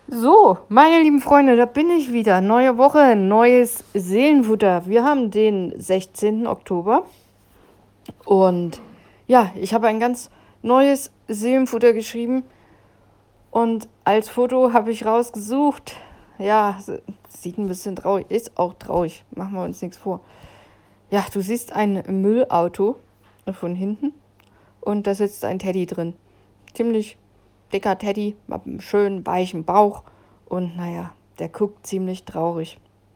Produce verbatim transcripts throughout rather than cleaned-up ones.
So, meine lieben Freunde, da bin ich wieder. Neue Woche, neues Seelenfutter. Wir haben den sechzehnten Oktober und ja, ich habe ein ganz neues Seelenfutter geschrieben und als Foto habe ich rausgesucht. Ja, sieht ein bisschen traurig, ist auch traurig, machen wir uns nichts vor. Ja, du siehst ein Müllauto von hinten und da sitzt ein Teddy drin. Ziemlich dicker Teddy mit einem schönen weichen Bauch und naja, der guckt ziemlich traurig,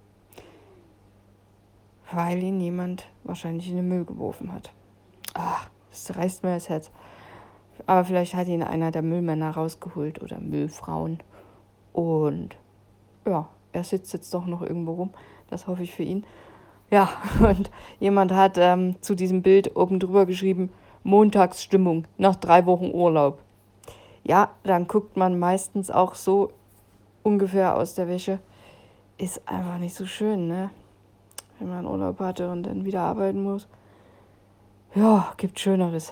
weil ihn jemand wahrscheinlich in den Müll geworfen hat. Ach, das reißt mir das Herz. Aber vielleicht hat ihn einer der Müllmänner rausgeholt oder Müllfrauen. Und ja, er sitzt jetzt doch noch irgendwo rum. Das hoffe ich für ihn. Ja, und jemand hat ähm, zu diesem Bild oben drüber geschrieben, Montagsstimmung nach drei Wochen Urlaub. Ja, dann guckt man meistens auch so ungefähr aus der Wäsche. Ist einfach nicht so schön, ne? Wenn man Urlaub hatte und dann wieder arbeiten muss. Ja, gibt Schöneres.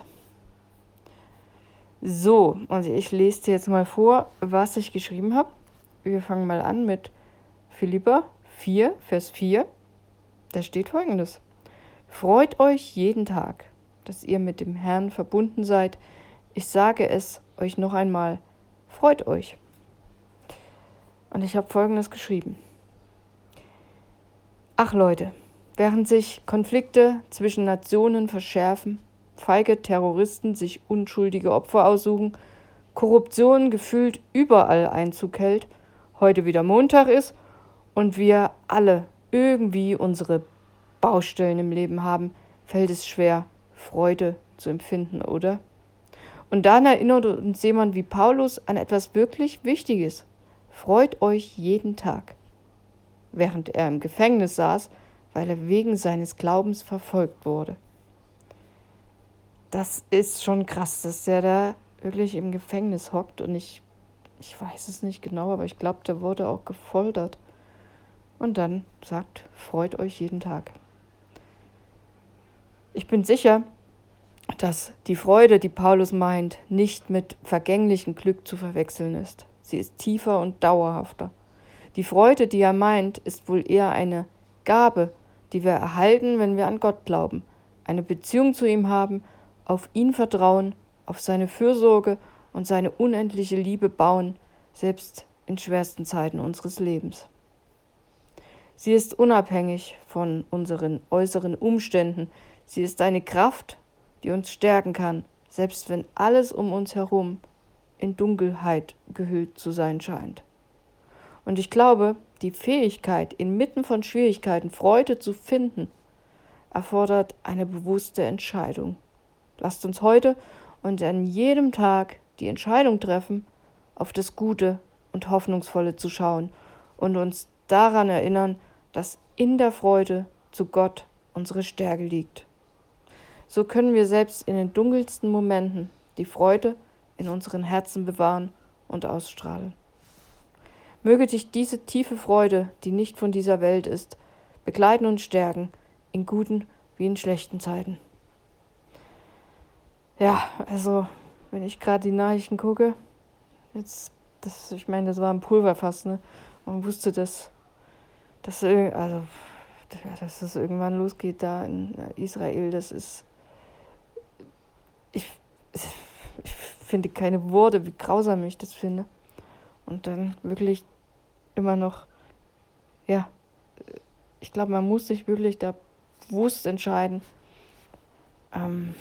So, also ich lese dir jetzt mal vor, was ich geschrieben habe. Wir fangen mal an mit Philipper vier, Vers vier. Da steht Folgendes. Freut euch jeden Tag, dass ihr mit dem Herrn verbunden seid. Ich sage es euch noch einmal, freut euch. Und ich habe Folgendes geschrieben. Ach Leute, während sich Konflikte zwischen Nationen verschärfen, feige Terroristen sich unschuldige Opfer aussuchen, Korruption gefühlt überall Einzug hält, heute wieder Montag ist und wir alle irgendwie unsere Baustellen im Leben haben, fällt es schwer, Freude zu empfinden, oder? Und dann erinnert uns jemand wie Paulus an etwas wirklich Wichtiges. Freut euch jeden Tag. Während er im Gefängnis saß, weil er wegen seines Glaubens verfolgt wurde. Das ist schon krass, dass der da wirklich im Gefängnis hockt und ich, ich weiß es nicht genau, aber ich glaube, der wurde auch gefoltert. Und dann sagt, freut euch jeden Tag. Ich bin sicher, dass die Freude, die Paulus meint, nicht mit vergänglichem Glück zu verwechseln ist. Sie ist tiefer und dauerhafter. Die Freude, die er meint, ist wohl eher eine Gabe, die wir erhalten, wenn wir an Gott glauben, eine Beziehung zu ihm haben, auf ihn vertrauen, auf seine Fürsorge und seine unendliche Liebe bauen, selbst in schwersten Zeiten unseres Lebens. Sie ist unabhängig von unseren äußeren Umständen. Sie ist eine Kraft, die uns stärken kann, selbst wenn alles um uns herum in Dunkelheit gehüllt zu sein scheint. Und ich glaube, die Fähigkeit, inmitten von Schwierigkeiten Freude zu finden, erfordert eine bewusste Entscheidung. Lasst uns heute und an jedem Tag die Entscheidung treffen, auf das Gute und Hoffnungsvolle zu schauen und uns daran erinnern, dass in der Freude zu Gott unsere Stärke liegt. So können wir selbst in den dunkelsten Momenten die Freude in unseren Herzen bewahren und ausstrahlen. Möge dich diese tiefe Freude, die nicht von dieser Welt ist, begleiten und stärken, in guten wie in schlechten Zeiten. Ja, also, wenn ich gerade die Nachrichten gucke, jetzt, das, ich meine, das war ein Pulverfass, ne? Man wusste, dass, dass, also, dass das irgendwann losgeht da in Israel, das ist, ich, ich finde keine Worte, wie grausam ich das finde. Und dann wirklich immer noch, ja, ich glaube, man muss sich wirklich da bewusst entscheiden, ähm,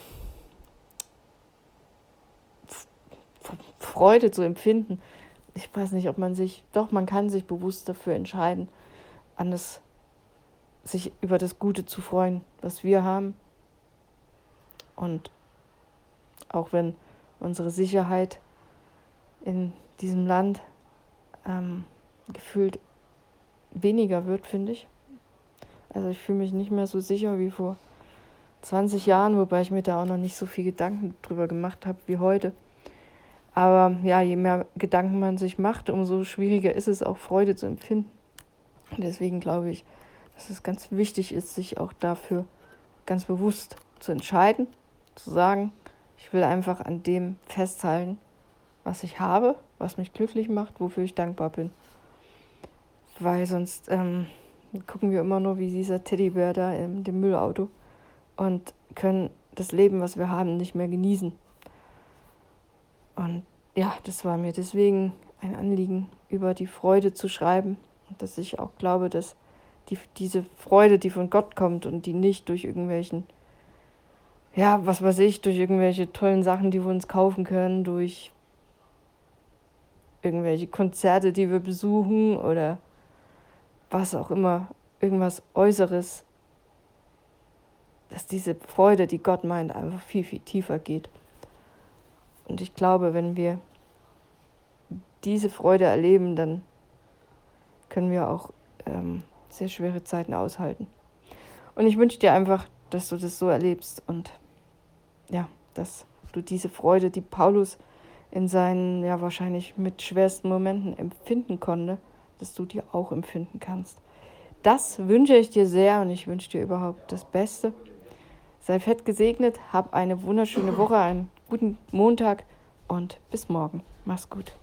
Freude zu empfinden. Ich weiß nicht, ob man sich, doch, man kann sich bewusst dafür entscheiden, an das, sich über das Gute zu freuen, was wir haben. Und auch wenn unsere Sicherheit in diesem Land ähm, gefühlt weniger wird, finde ich. Also ich fühle mich nicht mehr so sicher wie vor zwanzig Jahren, wobei ich mir da auch noch nicht so viel Gedanken drüber gemacht habe wie heute. Aber ja, je mehr Gedanken man sich macht, umso schwieriger ist es auch, Freude zu empfinden. Und deswegen glaube ich, dass es ganz wichtig ist, sich auch dafür ganz bewusst zu entscheiden, zu sagen, ich will einfach an dem festhalten, was ich habe, was mich glücklich macht, wofür ich dankbar bin. Weil sonst ähm, gucken wir immer nur wie dieser Teddybär da in dem Müllauto und können das Leben, was wir haben, nicht mehr genießen. Und ja, das war mir deswegen ein Anliegen, über die Freude zu schreiben. Und dass ich auch glaube, dass die, diese Freude, die von Gott kommt und die nicht durch irgendwelchen, ja, was weiß ich, durch irgendwelche tollen Sachen, die wir uns kaufen können, durch irgendwelche Konzerte, die wir besuchen oder was auch immer, irgendwas Äußeres, dass diese Freude, die Gott meint, einfach viel, viel tiefer geht. Und ich glaube, wenn wir diese Freude erleben, dann können wir auch ähm, sehr schwere Zeiten aushalten. Und ich wünsche dir einfach, dass du das so erlebst und ja, dass du diese Freude, die Paulus in seinen ja wahrscheinlich mit schwersten Momenten empfinden konnte, dass du die auch empfinden kannst. Das wünsche ich dir sehr und ich wünsche dir überhaupt das Beste. Sei fett gesegnet, hab eine wunderschöne Woche, einen guten Montag und bis morgen. Mach's gut.